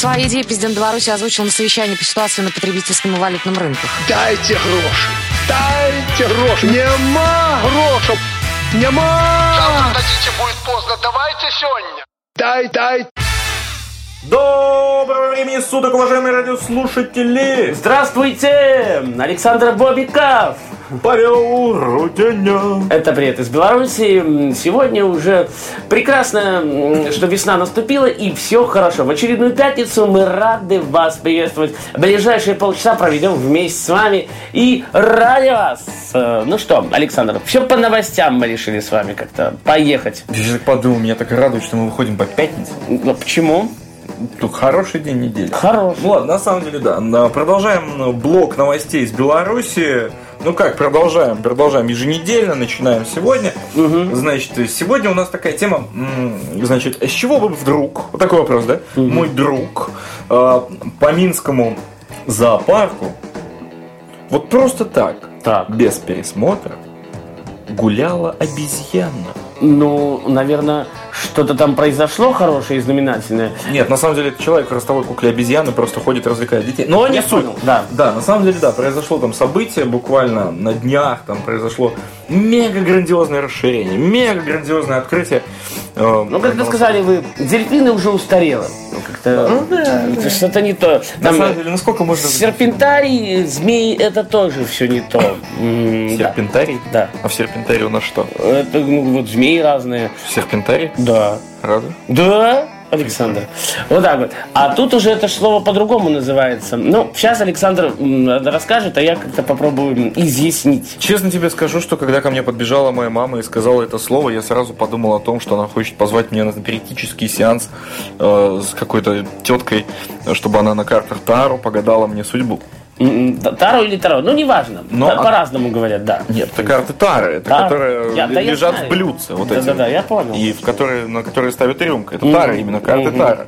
Свои идеи президент Беларуси озвучил на совещании по ситуации на потребительском и валютном рынках. Дайте гроши! Дайте гроши! Нема грошей! Нема! Завтра дадите, будет поздно. Давайте сегодня. Дай! Доброго времени суток, уважаемые радиослушатели! Здравствуйте! Александр Бобиков! Павел Руденя! Это привет из Беларуси. Сегодня уже прекрасно, что весна наступила и все хорошо. В очередную пятницу мы рады вас приветствовать. Ближайшие полчаса проведем вместе с вами и ради вас. Ну что, Александр, все по новостям мы решили с вами как-то поехать. Я сейчас подумал, меня так радует, что мы выходим по пятнице. Ну, почему? Тут хороший день недели. Хороший. Ну ладно, на самом деле, да. Продолжаем блок новостей из Беларуси. Ну как, продолжаем еженедельно, начинаем сегодня. Значит, сегодня у нас такая тема, значит, с чего бы вдруг, вот такой вопрос, да? Мой друг по Минскому зоопарку вот просто так, без пересмотра гуляла обезьяна. Ну, наверное, что-то там произошло хорошее и знаменательное. Нет, на самом деле, это человек в ростовой кукле обезьяны просто ходит, развлекает детей. Но не Я суть. понял, да. Да, на самом деле, да, произошло там событие, буквально на днях там произошло мега грандиозное расширение, мега грандиозное открытие. Ну, как-то сказали вы, дельфины уже устарело. Как-то это что-то не то. На Там, самом деле, насколько можно... серпентарий, змеи, это тоже все не то. Серпентарий? Да. А в серпентарии у нас что? Это, ну, вот змеи разные. Серпентарий? Да. Рада? Да, Александр. Вот так вот. А тут уже это слово по-другому называется. Ну, сейчас Александр расскажет, а я как-то попробую изъяснить. Честно тебе скажу, что когда ко мне подбежала моя мама и сказала это слово, я сразу подумал о том, что она хочет позвать меня на спиритический сеанс с какой-то теткой, чтобы она на картах Таро погадала мне судьбу. Таро или Таро, ну неважно, по-разному говорят, да. Нет, это карты Тары, это которые лежат в блюдце, вот эти. Да, я понял. И на которые ставят рюмка. Это Тара, именно карты Тара.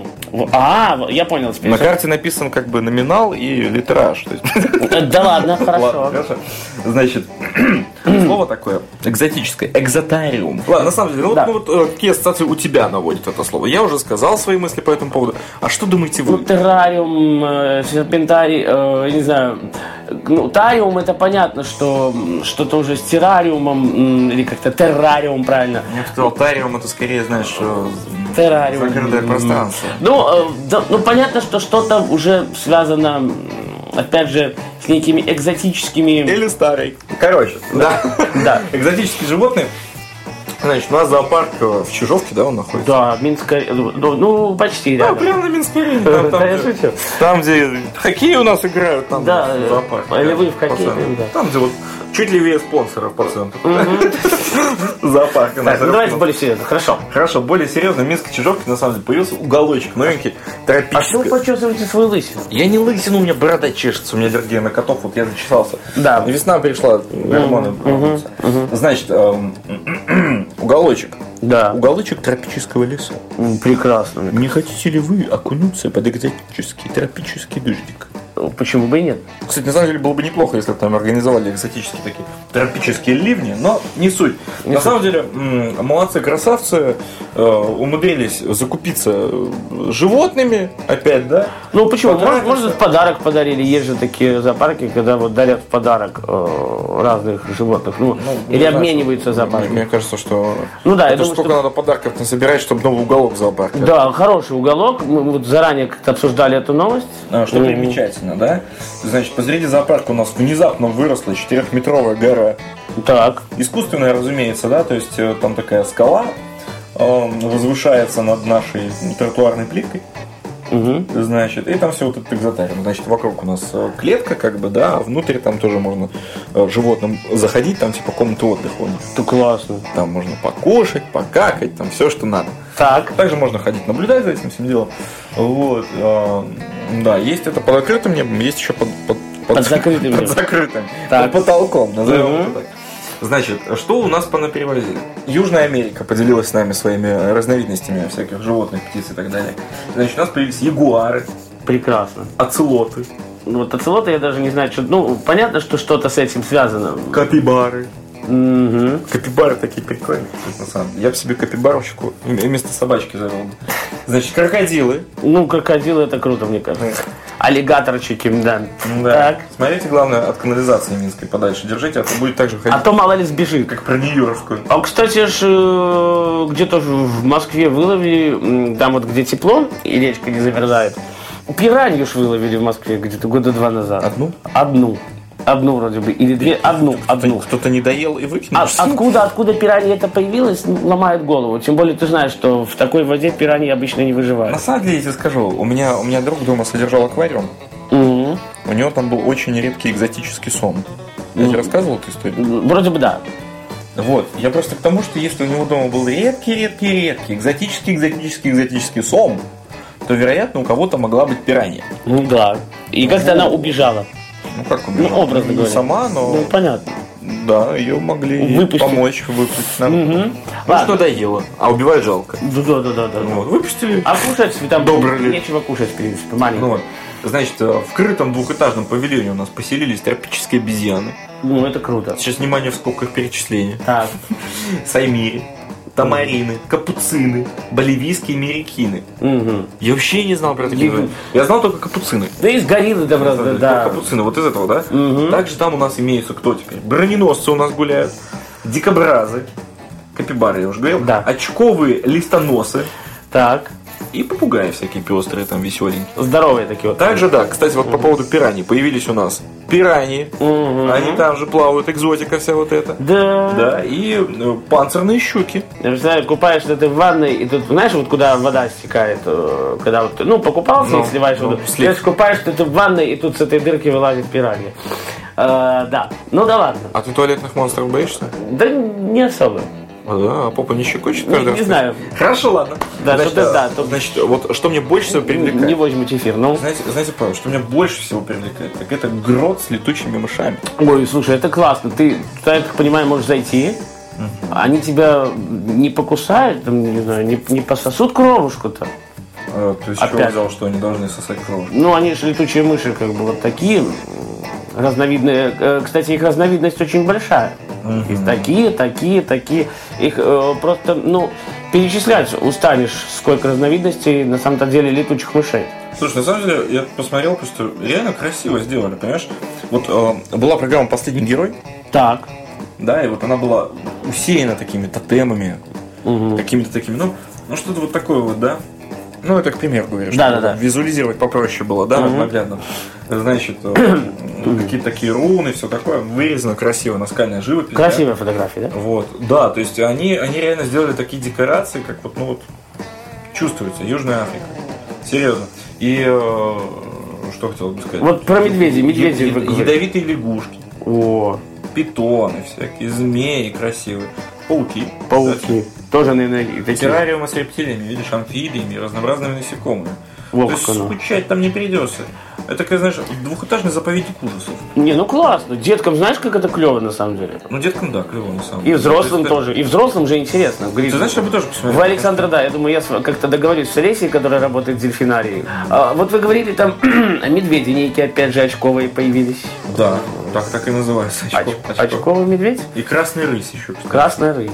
Я понял теперь. На карте написан как бы номинал и литераж. Да ладно, хорошо. Значит, слово такое экзотическое, экзотариум. Ладно, на самом деле, какие ассоциации у тебя наводит это слово? Я уже сказал свои мысли по этому поводу. А что думаете вы? Ну, террариум, серпентарий, я не знаю. Ну, тариум, это понятно, что что-то уже с террариумом, или как-то террариум, правильно. Я бы сказал, тариум это скорее, знаешь, террариум. Закрытое пространство. Ну, понятно, что что-то уже связано, опять же, с некими экзотическими... Или старый. Короче, да. Экзотические животные. Значит, у нас зоопарк в Чижовке, да, он находится? Да, Минская, ну, почти рядом. Да, прямо на Минской арене. Да, я шучу. Там, где хоккей у нас играют, там зоопарк. Львы в хоккее, да. Там, где вот чуть левее спонсоров по центру. Зоопарк. Давайте более серьезно, хорошо. Хорошо, более серьезно. В Минской Чижовке, на самом деле, появился уголочек новенький, тропический. А что вы почесываете свою лысину? Я не лысину, у меня борода чешется, у меня аллергия на котов, вот я зачесался. Да. Весна пришла, гормоны. Значит, уголочек. Да. Уголочек тропического леса. Прекрасно. Не хотите ли вы окунуться под экзотический тропический дождик? Почему бы и нет? Кстати, на самом деле было бы неплохо, если бы там организовали экзотические такие тропические ливни, но не суть. На самом деле, молодцы, красавцы, умудрились закупиться животными, опять, да? Ну почему? Может, в подарок подарили. Есть же такие зоопарки, когда вот дарят в подарок разных животных. Или обмениваются зоопарки. Мне кажется, что это сколько надо подарков насобирать, чтобы новый уголок в зоопарке. Да, хороший уголок. Мы вот заранее как-то обсуждали эту новость. Что примечательно, да? Значит, посреди зоопарка у нас внезапно выросла 4-метровая гора. Так. Искусственная, разумеется, да? То есть там такая скала возвышается над нашей тротуарной плиткой. Значит, и там все вот этот экзотариум. Значит, вокруг у нас клетка, как бы, да, а внутрь там тоже можно животным заходить, там типа комнаты отдыха. Это классно. Там можно покушать, покакать, там все, что надо. Так. Также можно ходить, наблюдать за этим всем делом. Вот. Да, есть это под открытым небом, есть еще под закрытым. Под закрытым. Так. Под потолком, назовем это так. Значит, что у нас понаперевозили? Южная Америка поделилась с нами своими разновидностями всяких животных, птиц и так далее. Значит, у нас появились ягуары. Прекрасно. Оцелоты. Вот оцелоты я даже не знаю, что... Ну, понятно, что что-то с этим связано. Капибары. Капибары такие прикольные. На самом деле. Я бы себе капибарочку вместо собачки завел. Значит, крокодилы. Ну, крокодилы это круто, мне кажется. Аллигаторчики, да. Да. Так. Смотрите, главное, от канализации Минской подальше держите, а то будет так же ходить. А то мало ли сбежит. Как про Нью-Йоркскую. А, кстати, где-то в Москве выловили, там вот где тепло и речка не замерзает, пиранью ж выловили в Москве где-то года 2 назад. Одну? Одну вроде бы, или 2, одну. Кто-то не доел и выкинул. Откуда пиранья это появилась, ломает голову. Тем более ты знаешь, что в такой воде пираньи обычно не выживают. На самом деле, я тебе скажу, у меня друг дома содержал аквариум. Угу. У него там был очень редкий экзотический сом. Я тебе рассказывал эту историю? Вроде бы да. Вот, я просто к тому, что если у него дома был редкий экзотический сом, то, вероятно, у кого-то могла быть пиранья. Ну да. И как-то она убежала. Ну как убежала? Ну, образно говоря. Не сама, но... Ну, понятно. Да, ее могли Выпустить. помочь выпустить. Ну, Ладно. что доела, а убивать жалко. Да. Вот, выпустили. А кушать там Добрый ли? нечего кушать, в принципе, маленько. Ну, вот. Значит, в крытом двухэтажном павильоне у нас поселились тропические обезьяны. Ну, это круто. Сейчас внимание в скобках перечисления. Так. Саймири, тамарины, капуцины, боливийские мерикины. Угу. Я вообще не знал про такие животные. Я знал только капуцины. Да и с гориллы там разные, да. Капуцины, вот из этого, да? Угу. Также там у нас имеются кто теперь? Броненосцы у нас гуляют, дикобразы, капибары, я уже говорил, Да. очковые листоносы Так. и попугаи всякие пестрые, там веселенькие. Здоровые такие вот. Также, да, кстати, вот по поводу пираний. Появились у нас пираньи, Мгм. они там же плавают, экзотика вся вот эта. Да. Да, и панцирные щуки. Я представляю, купаешься ты в ванной, и тут, знаешь, вот куда вода стекает, когда вот, ну, покупался и сливаешь воду. слив. Ты купаешься ты в ванной, и тут с этой дырки вылазит пиранья. Да, ну да ладно. А ты туалетных монстров боишься? Да не особо. А попа не щекочет каждый раз? Не знаю. Хорошо, ладно. Да, Значит, что-то да, то- значит, вот что мне больше всего привлекает. Не возьму эфир, ну. Знаете, Павел, что меня больше всего привлекает, так это грот с летучими мышами. Ой, слушай, это классно. Ты туда, я так понимаю, можешь зайти. Они тебя не покусают, там, не знаю, не пососут кровушку-то. Ты с чего Опять. взял, что они должны сосать кровь? Ну, они же летучие мыши, как бы вот такие разновидные. Кстати, их разновидность очень большая. Есть такие. Их просто, ну, перечислять устанешь, сколько разновидностей на самом-то деле летучих мышей. Слушай, на самом деле, я посмотрел, просто реально красиво сделали, понимаешь? Вот была программа «Последний герой», Так. да, и вот она была усеяна такими тотемами, какими-то такими, ну что-то вот такое вот, да? Ну, это к примеру говорю, Да, чтобы да. визуализировать попроще было, да, наглядно. Значит, какие-то такие руны, все такое, вырезано красиво, наскальная живопись. Красивая фотография, да? Да? Вот, да, то есть они реально сделали такие декорации, как вот, ну вот, чувствуется, Южная Африка. Серьезно. И что хотел бы сказать? Вот про медведей. Медведи вы говорите. Ядовитые лягушки, О, питоны всякие, змеи красивые, пауки. пауки. Тоже, наверное, такие. Террариумы с рептилиями, видишь, амфибиями, разнообразными насекомыми. Во, То есть как оно. скучать там не придется. Это, как, знаешь, двухэтажный заповедник ужасов. Не, ну классно. Деткам знаешь, как это клево на самом деле? Ну, деткам, да, клево на самом И деле. взрослым То есть, тоже. И взрослым же интересно. Ты знаешь, я бы тоже посмотрел. Вы, Александр, да, я думаю, я как-то договорюсь с Олесей, которая работает в дельфинарии. Вот вы говорили, там медведи некие, опять же, очковые появились. Да, так и называется. Очко. Очковый медведь? И красный рысь еще, кстати. Красная рысь.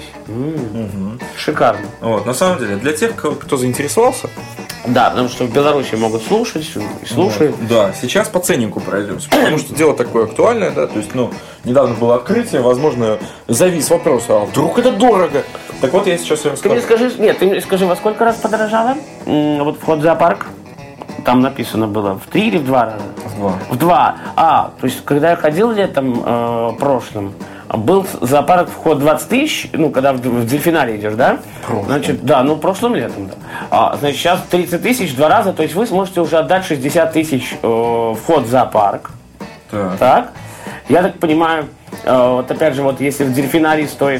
Шикарно. Вот, на самом деле, для тех, кто заинтересовался, Да, потому что в Беларуси могут слушать и слушают. вот, да, сейчас по ценнику пройдемся, потому что дело такое актуальное, да, то есть, ну, недавно было открытие, возможно, завис вопрос, а вдруг это дорого? Так вот, я сейчас и Ты мне расскажу. скажи, ты мне скажи, во сколько раз подорожало? Вот вход в зоопарк? Там написано было в 3 или в 2 раза? В 2. То есть, когда я ходил летом прошлым, был зоопарк вход 20 тысяч, ну, когда в дельфинарий идешь, да? Значит, да, ну, прошлым летом, да. Значит, сейчас 30 тысяч в 2 раза, то есть вы сможете уже отдать 60 тысяч вход в зоопарк. Так. Так? Я так понимаю, вот опять же, вот если в дельфинарии стоит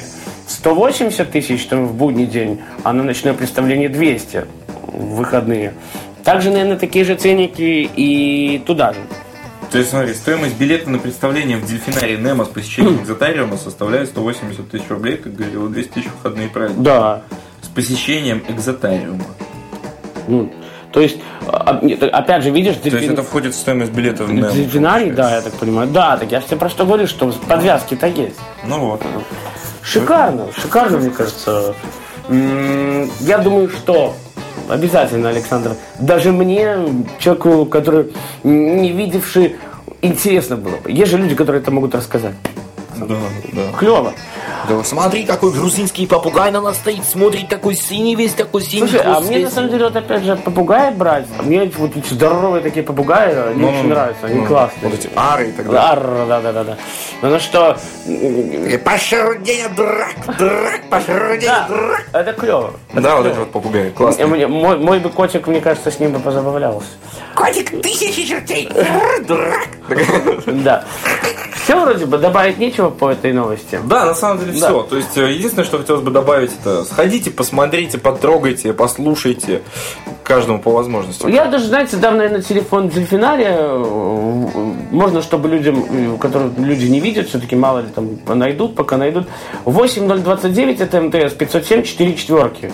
180 тысяч там, в будний день, а на ночное представление 200 в выходные. Также, наверное, такие же ценники и туда же. То есть, смотри, стоимость билета на представление в дельфинарии Немо с посещением экзотариума составляет 180 тысяч рублей, как говорил, 200 тысяч входные проекты. Да. С посещением экзотариума. Ну, То есть, опять же, видишь... То есть это входит в стоимость билетов на дельфинарий, да, я так понимаю. Да, так я же тебе про что говорю, что подвязки-то есть. Ну вот. Шикарно, мне кажется. Я думаю, что обязательно, Александр, даже мне, человеку, который не видевший, интересно было бы. Есть же люди, которые это могут рассказать. Да. Клево. Да, смотри, какой грузинский попугай на нас стоит, смотрит такой синий весь, такой синий. Слушай, а мне на самом деле, вот опять же, попугая брать, а мне вот эти здоровые такие попугаи, они очень нравятся, они классные. Вот эти ары и так далее. Да. Ну что... Пошарудение, дурак, пошарудение, дурак. Это клево. Да, вот эти вот попугаи, классные. Мой бы котик, мне кажется, с ним бы позабавлялся. Котик, тысячи чертей, дурак. Да. Все вроде бы, добавить нечего по этой новости. Да, на самом деле Да. все. То есть единственное, что хотелось бы добавить, это сходите, посмотрите, потрогайте, послушайте, каждому по возможности. Я даже, знаете, дам, наверное, телефон дельфинария. Можно, чтобы людям, которые люди не видят, все-таки мало ли там найдут, пока найдут. 8029 это МТС, 507-4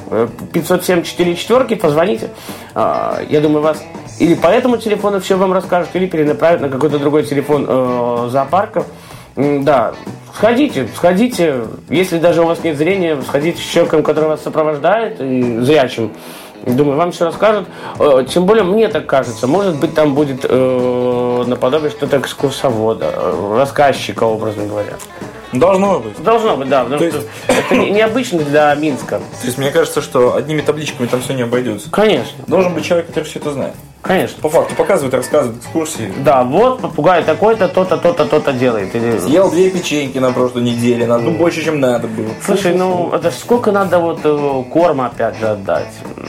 507-4, позвоните. Я думаю, вас или по этому телефону все вам расскажут, или перенаправят на какой-то другой телефон зоопарка. Да, сходите. Если даже у вас нет зрения, сходите с человеком, который вас сопровождает, и зрячим. Думаю, вам все расскажут. Тем более, мне так кажется, может быть, там будет наподобие что-то экскурсовода, рассказчика, образно говоря. Должно быть. Должно быть, да. Потому что это необычно для Минска. То есть мне кажется, что одними табличками там все не обойдется. Конечно. Должен быть человек, который все это знает. Конечно. По факту показывает, рассказывает экскурсии. Да, вот попугай такой-то, то-то, то-то, то-то делает. Или... Съел 2 печеньки на прошлой неделе, на одну больше, чем надо было. Слушай, ну это ж сколько надо вот корма опять же отдать?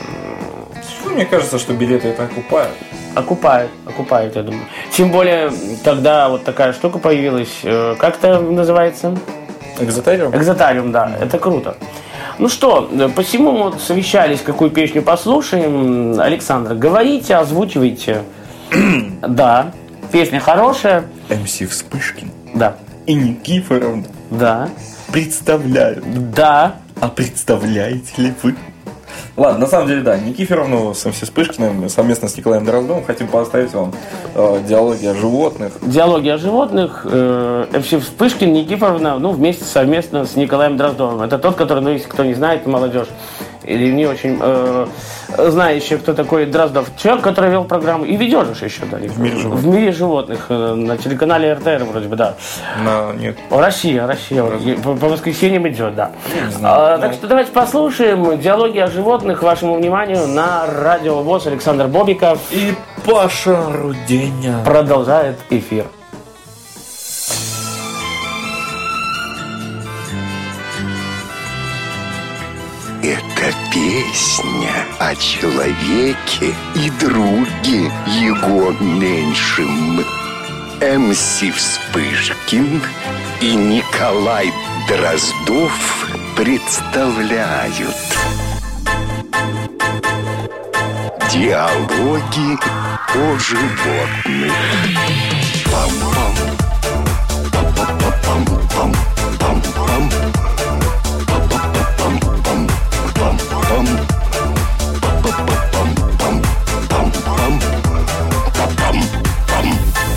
Мне кажется, что билеты это окупают. Окупают, я думаю. Тем более, когда вот такая штука появилась, как это называется? Экзотариум? Экзотариум, да, это круто. Ну что, посему мы вот совещались, какую песню послушаем. Александр, говорите, озвучивайте. Да, песня хорошая. МС Вспышкин Да. и Никифоровна Да. представляют. Да. А представляете ли вы? Ладно, на самом деле, да, Никифоровну с МС Вспышкиным совместно с Николаем Дроздовым хотим поставить вам диалоги о животных. Диалоги о животных. МС Вспышкин, Никифоровна, вместе совместно с Николаем Дроздовым. Это тот, который, если кто не знает, молодежь или не очень знающий, кто такой Дроздов. Человек, который вел программу и ведешь еще, да, в мире животных на телеканале РТР вроде бы, да. Нет. Россия. По воскресеньям идет, да. Так что давайте послушаем диалоги о животных вашему вниманию на радио ВОС. Александр Бобиков И Паша Руденя продолжает эфир. Это песня о человеке и друге его меньшем. МС Вспышкин и Николай Дроздов представляют диалоги о животных. Пам-пам, пам-пам-пам-пам, пам-пам, пам-пам-пам-пам, пам-пам, пам-пам-пам-пам, пам-пам.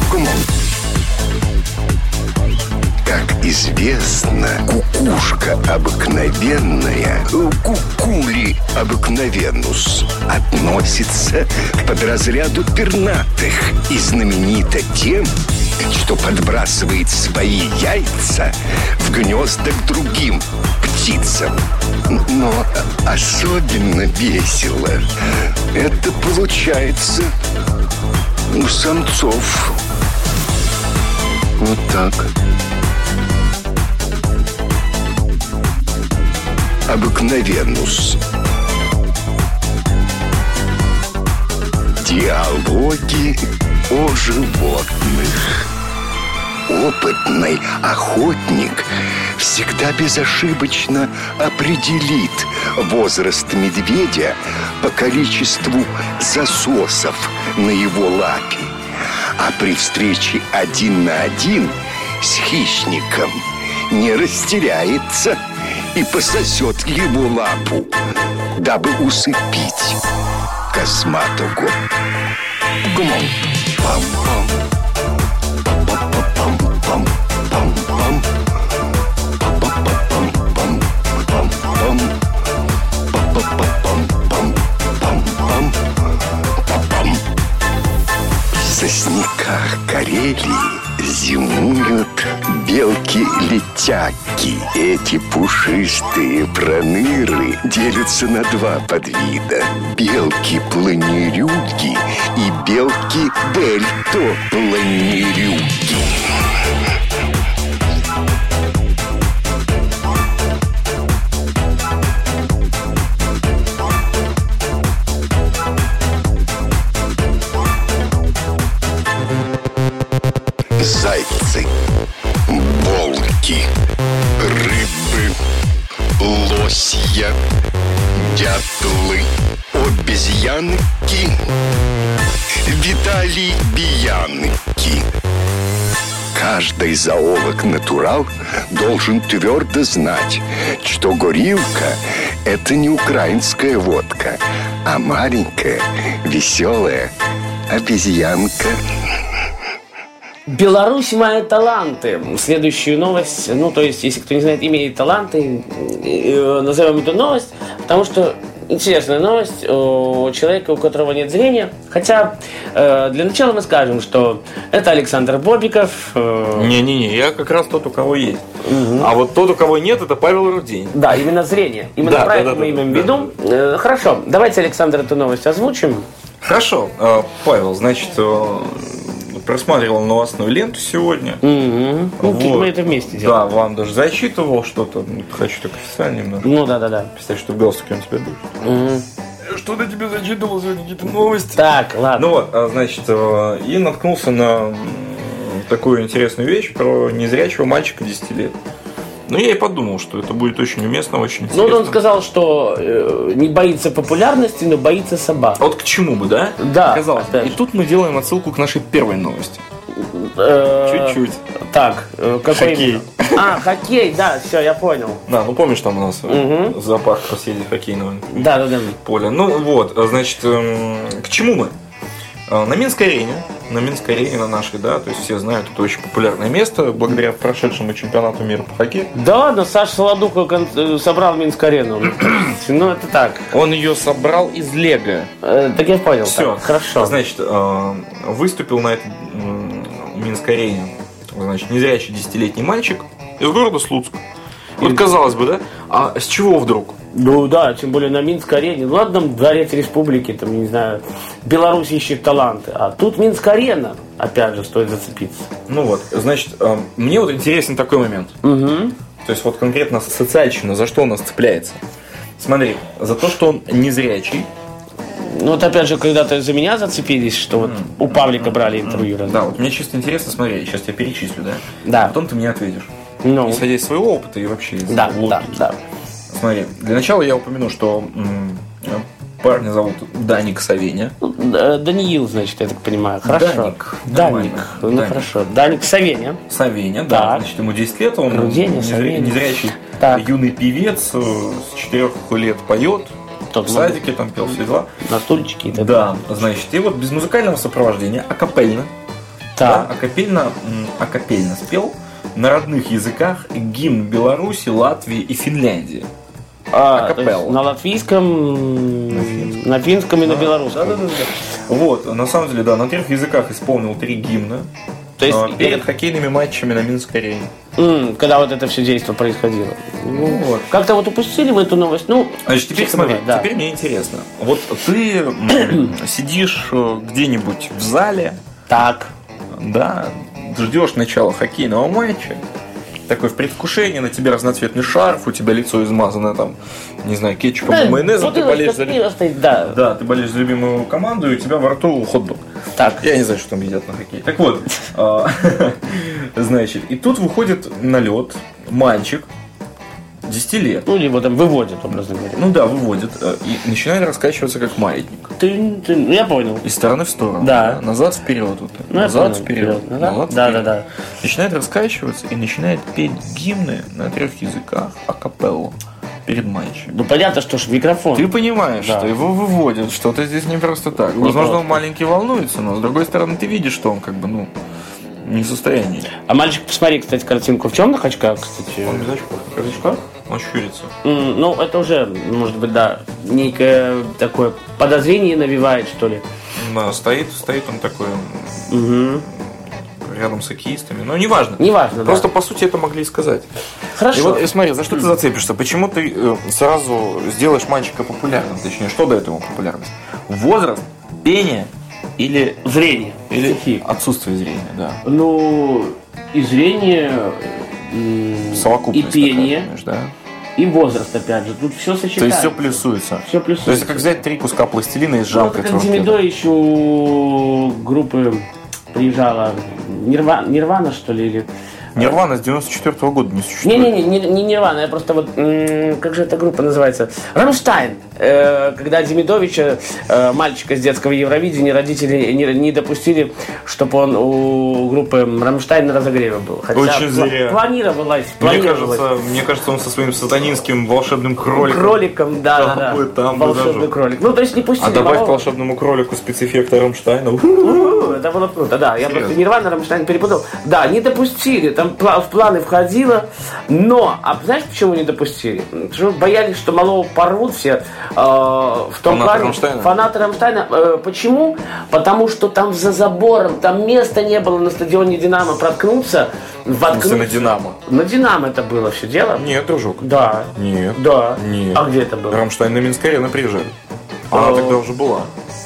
Как известно, кукушка обыкновенная, кукули обыкновенус, относится к подразряду пернатых и знаменита тем, что подбрасывает свои яйца в гнезда к другим птицам. Но особенно весело это получается у самцов. Вот так. Обыкновенус. Диалоги о животных. Опытный охотник всегда безошибочно определит возраст медведя по количеству засосов на его лапе. А при встрече 1 на 1 с хищником не растеряется и пососет его лапу, дабы усыпить. косматого. Гумом. Пам-пам. Пам-пам-пам-пам-пам. Пам-пам-пам-пам-пам-пам. Пам-пам-пам-пам-пам-пам. В сосняках Карелии зимуют белки-летяги. Эти пушистые проныры делятся на два подвида: белки-планирюги и белки-дельтопланирюги. Зайцы, волки, рыбы, лосья, дятлы, обезьянки, виталий-биянки. Каждый зоолог-натурал должен твердо знать, что горилка – это не украинская водка, а маленькая, веселая обезьянка. Беларусь имеет таланты. Следующую новость, то есть, если кто не знает, имеет таланты, назовем эту новость, потому что интересная новость у человека, у которого нет зрения. Хотя, для начала мы скажем, что это Александр Бобиков. Не-не-не, я как раз тот, у кого есть. А вот тот, у кого нет, это Павел Рудень. Да, именно зрение. Именно про это мы имеем в виду. Хорошо, давайте, Александр, эту новость озвучим. Хорошо, Павел, значит, просматривал новостную ленту сегодня. Вот. Мы это вместе делаем. Да, вам даже зачитывал что-то. Хочу так официально немножко. Да. Представь, что в галстуке он тебя душит. Что-то тебе зачитывал сегодня, какие-то новости. Так, ладно. Значит, и наткнулся на такую интересную вещь про незрячего мальчика 10 лет. Ну, я и подумал, что это будет очень уместно, очень интересно. Он сказал, что не боится популярности, но боится собак. Вот к чему бы, да? Да. Казалось бы. И тут мы делаем отсылку к нашей первой новости. Чуть-чуть. Так, какой хоккей. именно? Хоккей, да, все, я понял. Да, помнишь, там у нас зоопарк посреди хоккейного поля. Значит, к чему мы? На Минской арене, на нашей, да, то есть все знают, это очень популярное место, благодаря прошедшему чемпионату мира по хоккею. Да, но Саша Солодуха собрал Минскую арену. Ну, это так. Он ее собрал из Лего. Так я понял. Все, так, хорошо. Значит, выступил на этой Минской арене, значит, незрячий 10-летний мальчик из города Слуцк. Вот казалось бы, да? А с чего вдруг? Ну да, тем более на Минской арене. Ладно, дворец республики, там, не знаю, Беларусь ищет таланты. А тут Минская арена, опять же, стоит зацепиться. Значит, мне вот интересен такой момент. То есть вот конкретно социальщина, за что у нас цепляется? Смотри, за то, что он незрячий. Ну вот опять же, когда-то за меня зацепились, что вот у Павлика брали интервью. Да, вот мне чисто интересно, смотри, сейчас я перечислю, да? Да. Потом ты мне ответишь. Исходя из своего опыта и вообще из логики. Да. Смотри, для начала я упомяну, что парня зовут Даник Савеня. Даниил, значит, я так понимаю. Хорошо. Даник. Хорошо. Даник Савеня. Савеня, да. Значит, ему 10 лет, он незрячий юный певец, с 4 лет поет. В садике там пел все дела. На стульчике. Да, значит, и вот без музыкального сопровождения, акапельно. Да, акапельно спел на родных языках гимн Беларуси, Латвии и Финляндии. На латвийском, на финском и на белорусском. Да. Вот, на самом деле, да, на 3 языках исполнил 3 гимна. То есть перед хоккейными матчами на Минской арене. Когда вот это все действие происходило. Как-то вот упустили мы эту новость. Значит, теперь смотри, теперь мне интересно. Вот ты сидишь где-нибудь в зале. Так. Да, ждешь начала хоккейного матча. Такой в предвкушении, на тебе разноцветный шарф, у тебя лицо измазано там, не знаю, кетчупом и майонезом, ты болеешь за ты болеешь за любимую команду, и у тебя во рту хот-дог. Так. Я не знаю, что там едят на хоккей. Так вот, значит, и тут выходит на лед мальчик 10 лет. Либо там выводит, образно говоря. Выводит. И начинает раскачиваться как маятник. Я понял. Из стороны в сторону. Да. Назад вперед. Назад вперед. Да. Начинает раскачиваться и начинает петь гимны на 3 языках акапеллу. перед матчем. Ну, понятно, что ж микрофон. Ты понимаешь, Да. что его выводят, что-то здесь не просто так. Возможно, он маленький волнуется, но с другой стороны, ты видишь, что он как бы, не в состоянии. А мальчик, посмотри, кстати, картинку в темных очках, кстати. Он без очков. Без очков? Он щурится. Ну, это уже, может быть, да, некое такое подозрение навевает, что ли. Да, стоит он такой рядом с хоккеистами. Но неважно. Неважно, да. Просто, по сути, это могли и сказать. Хорошо. И вот, смотри, за что ты зацепишься? Почему ты сразу сделаешь мальчика популярным? Точнее, что дает ему популярность? Возраст, пение или Зрение. Или Стихи. отсутствие зрения, да. Ну, и зрение, Совокупность и пение, такая, понимаешь, да? и возраст, опять же. Тут все сочетается. То есть все плюсуется. Все плюсуется. То есть как взять 3 куска пластилина и Ну, сжалкать как в руке. Демидович у группы приезжала Нирвана, что ли, или... Нирвана с 94-го года не существует. Не Нирвана, я просто вот, как же эта группа называется? Рамштайн. Когда Демидовича, мальчика с детского Евровидения, родители не допустили, чтобы он у группы Рамштайн на разогреве был. Хотя Очень зря. Планировалось. Мне кажется, он со своим сатанинским волшебным кроликом. Кроликом, да. Там бы Волшебный даже. кролик. Ну, то есть не пустили. А добавь к малого. волшебному кролику спецэффекта Рамштайна. Это было круто, да. Я просто Нирвана, Рамштайн перепутал. Да, не допустили. Там в планы входило. Но, а знаешь, почему не допустили? Потому что боялись, что малого порвут все в том Фанаты плане. Рамштайна? Фанаты Рамштайна. Почему? Потому что там за забором, там места не было на стадионе Динамо проткнуться. На Динамо. На Динамо это было все дело? Нет, дружок. Да. Нет. Да. Нет. А где это было? Рамштайн на Минск-арену приезжали. Она тогда уже была.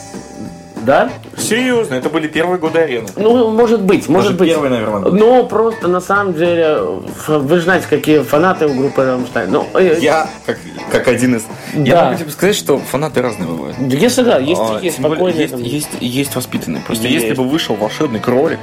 Да? Серьезно, это были первые годы арены. Ну, может быть. первый, наверное, был. Но просто, на самом деле, вы же знаете, какие фанаты у группы Рамштайн. Ну, Я, как один из... Да. Я могу тебе сказать, что фанаты разные бывают. если да, есть такие Тем более, спокойные. есть воспитанные. Просто Есть. если бы вышел волшебный кролик,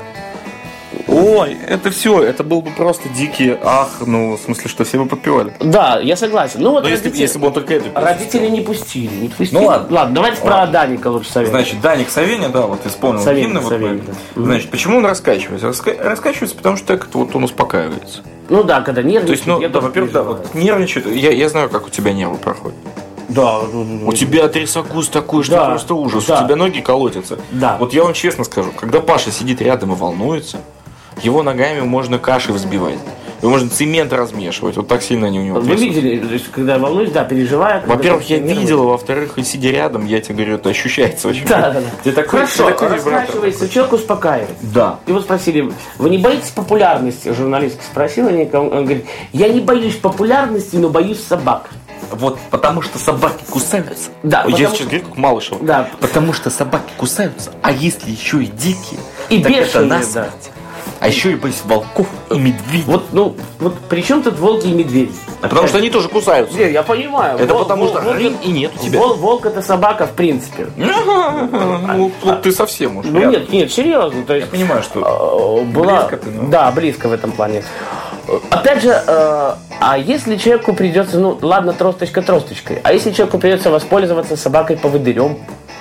ой, это все, это был бы просто дикий в смысле, что все бы подпевали. Да, я согласен. Ну, вот Но если бы он только это... родители не пустили. Ну, ладно. Давайте про Даника лучше совет. Значит, Даник Савенья, да, вот исполнил гимн. Савенья, да. Значит, почему он раскачивается? Раскачивается, потому что как-то вот он успокаивается. Ну да, когда нервничает. То есть, я тоже во-первых, да, переживаю. вот нервничает. Я знаю, как у тебя нервы проходят. Да. У тебя трясогуз такой, что Да, просто ужас. да. У тебя ноги колотятся. Да. Вот я вам честно скажу, когда Паша сидит рядом и волнуется, его ногами можно кашей взбивать. Его можно цемент размешивать. Вот так сильно они у него Вы трясутся. видели, то есть, когда я волнуюсь, да, переживаю. когда Во-первых, я нервы. видел, а во-вторых, и сидя рядом, я тебе говорю, это ощущается очень. Да. Ты такой, Хорошо, ты такой вибратор. раскачивается, человек успокаивает. Да. Его спросили, вы не боитесь популярности? Журналистка спросила, он говорит, я не боюсь популярности, но боюсь собак. Вот потому что собаки кусаются. Да, Я потому сейчас что- говорю, как Малышева. Да. Потому что собаки кусаются, а если еще и дикие, И так это бешеные, насмерть. да. А еще и боюсь волков и медведей. Вот при чем тут волки и медведи? Потому что они тоже кусаются. Нет, я понимаю. Это потому что волк, рын и нет у тебя. Волк это собака в принципе. Ну, вот ты совсем уж. Ну нет, серьезно. То есть, Я понимаю, что была, близко ты, но- да, близко в этом плане. Опять же, а если человеку придется, ну ладно, тросточка тросточкой, а если человеку придется воспользоваться собакой-поводырем,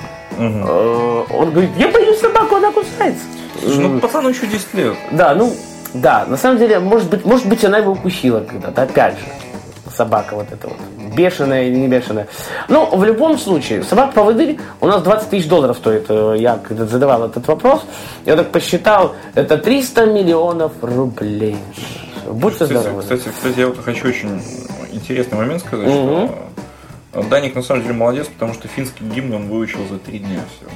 он говорит, я боюсь собаку, она кусается. Ну, пацану еще 10 лет. Да, на самом деле, может быть, она его укусила когда-то, опять же. Собака вот эта вот, бешеная или не бешеная. Ну, в любом случае, собака-поводырь у нас $20 тысяч стоит. Я когда задавал этот вопрос, я так посчитал, это 300 миллионов рублей. Будьте здоровы. Кстати, я вот хочу очень интересный момент сказать, что Даник на самом деле молодец, потому что финский гимн он выучил за 3 дня всего.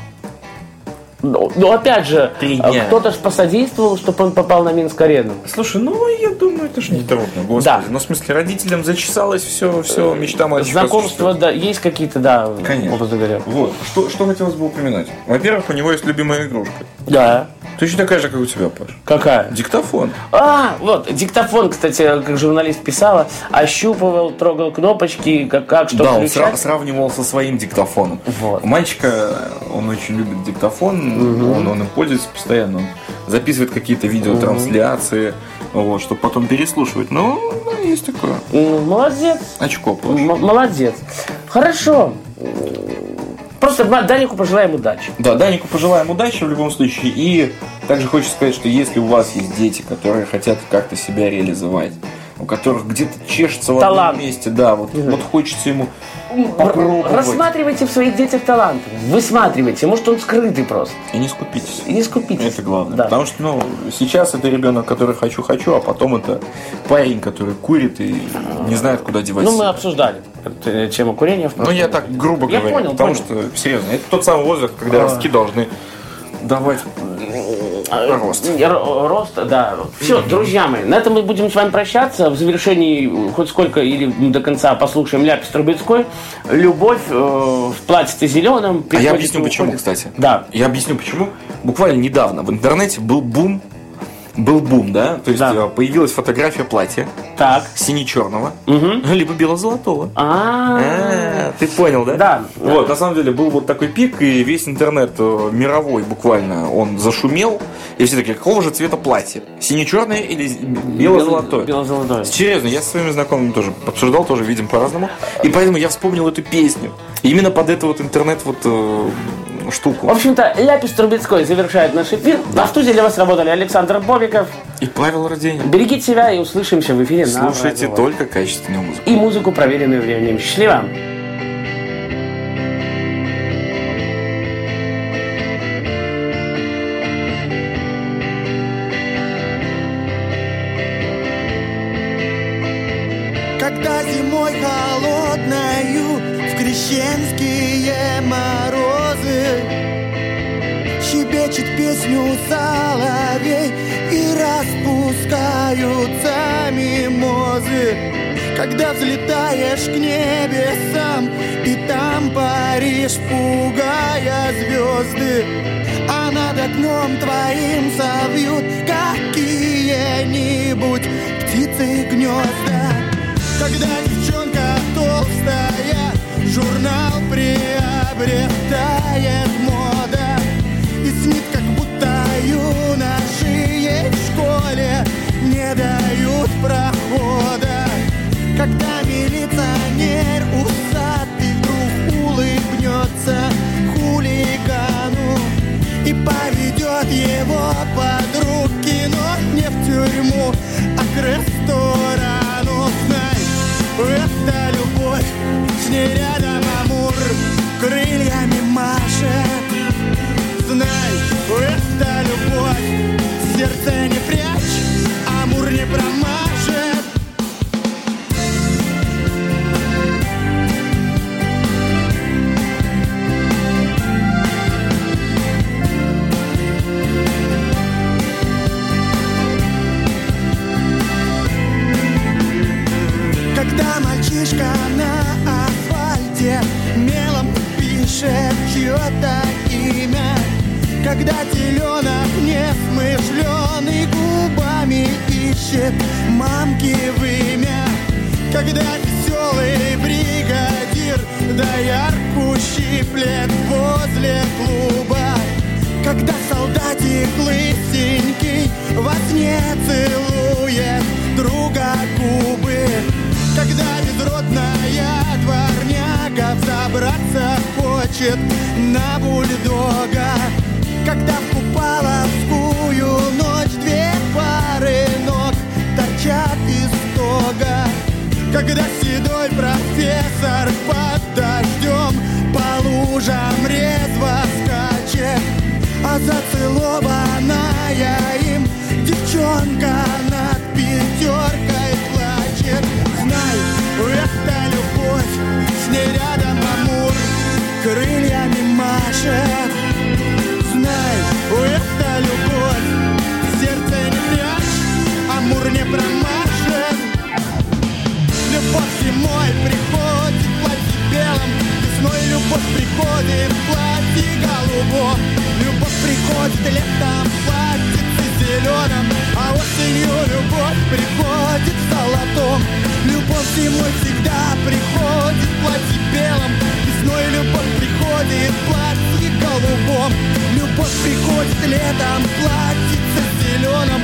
Ну, опять же, 3 дня. кто-то же посодействовал, чтобы он попал на Минск-арену. Слушай, я думаю, это же не трудно, господи. Да. Ну, в смысле, родителям зачесалось все, мечта мальчика. Знакомства, да, есть какие-то, да, Конечно. образно говоря. Вот, что хотелось бы упоминать. Во-первых, у него есть любимая игрушка. Да. Точно такая же, как у тебя, Паш. Какая? Диктофон. Вот, диктофон, кстати, как журналист писала, ощупывал, трогал кнопочки, как что Да, он включать. сравнивал со своим диктофоном. Вот. У мальчика, он очень любит диктофон, он им пользуется постоянно. Он записывает какие-то видеотрансляции, вот, чтобы потом переслушивать. Ну, есть такое. Молодец. Очко, Паш. Молодец. Хорошо. Просто Данику пожелаем удачи. Да, Данику пожелаем удачи в любом случае. И также хочется сказать, что если у вас есть дети, которые хотят как-то себя реализовать, у которых где-то чешется в Талант. одном месте. Да, вот хочется ему попробовать. Рассматривайте в своих детях талант. Высматривайте. Может, он скрытый просто. И не скупитесь. И не скупитесь. Это главное. Да. Потому что, сейчас это ребенок, который хочу, а потом это парень, который курит и не знает, куда девать Мы себя. обсуждали тему курения. Я так грубо Я говорю. понял, потому что, серьезно, это тот самый возраст, когда ростки должны давать рост. Рост, да. Все, друзья мои, на этом мы будем с вами прощаться. В завершении хоть сколько или до конца послушаем Ляпис Трубецкой. Любовь в платье зеленом. А я объясню почему, кстати. Да. Я объясню почему. Буквально недавно в интернете был бум, да? То есть появилась фотография платья. Так. Сине-черного, либо бело-золотого. Ты понял, да? Да. Вот, на самом деле был вот такой пик, и весь интернет мировой буквально, он зашумел, и все такие, какого же цвета платье? Сине-черное или бело-золотое? Бело-золотое. Серьезно, я со своими знакомыми тоже обсуждал, тоже видим по-разному, и поэтому я вспомнил эту песню. И именно под эту вот интернет штуку. В общем-то, Ляпис Трубецкой завершает наш эфир. Да. На студии для вас работали Александр Бобиков и Павел Роденин. Берегите себя и услышимся в эфире. Слушайте только качественную музыку. И музыку, проверенную временем. Счастливо! Когда зимой холодною в крещенские морозы щебечет песню соловей и распускаются мимозы. Когда взлетаешь к небесам и там паришь, пугая звезды, а над окном твоим совьют какие-нибудь птицы гнезда. Когда девчонка толстая журнал приобретает мода, и снит, как будто юноши в школе не дают прохода. Когда милиционер усатый вдруг улыбнется хулигану и поведет его под руки, но не в тюрьму, а к ресторану. Знай, это любовь, с ней рядом Амур крыльями машет. Знай, это любовь, сердце не прячь, Амур не промажет. Когда мальчишка на асфальте мелом пишет чье-то имя, когда теленок несмышленый губами ищет мамки вымя, когда веселый бригадир доярку щиплет возле клуба, когда солдатик лысенький во сне целует друга губы, когда безродная дворняга взобраться хочет на бульдога, когда в купаловскую ночь две пары ног торчат из тога, когда седой профессор под дождем по лужам резво скачет, а зацелованная им девчонка над пятеркой плачет. Знай, это любовь, с ней рядом Амур крыльями машет. Знай, это любовь, сердце не прячь, Амур не промажет. Любовь зимой приходит в платье белом, весной любовь приходит в платье голубом. Любовь приходит летом в платьице зеленом, а осенью любовь приходит в золотом. Любовь зимой всегда приходит в платье белом, весной любовь приходит в платье голубом. Любовь приходит летом в платьице зеленом,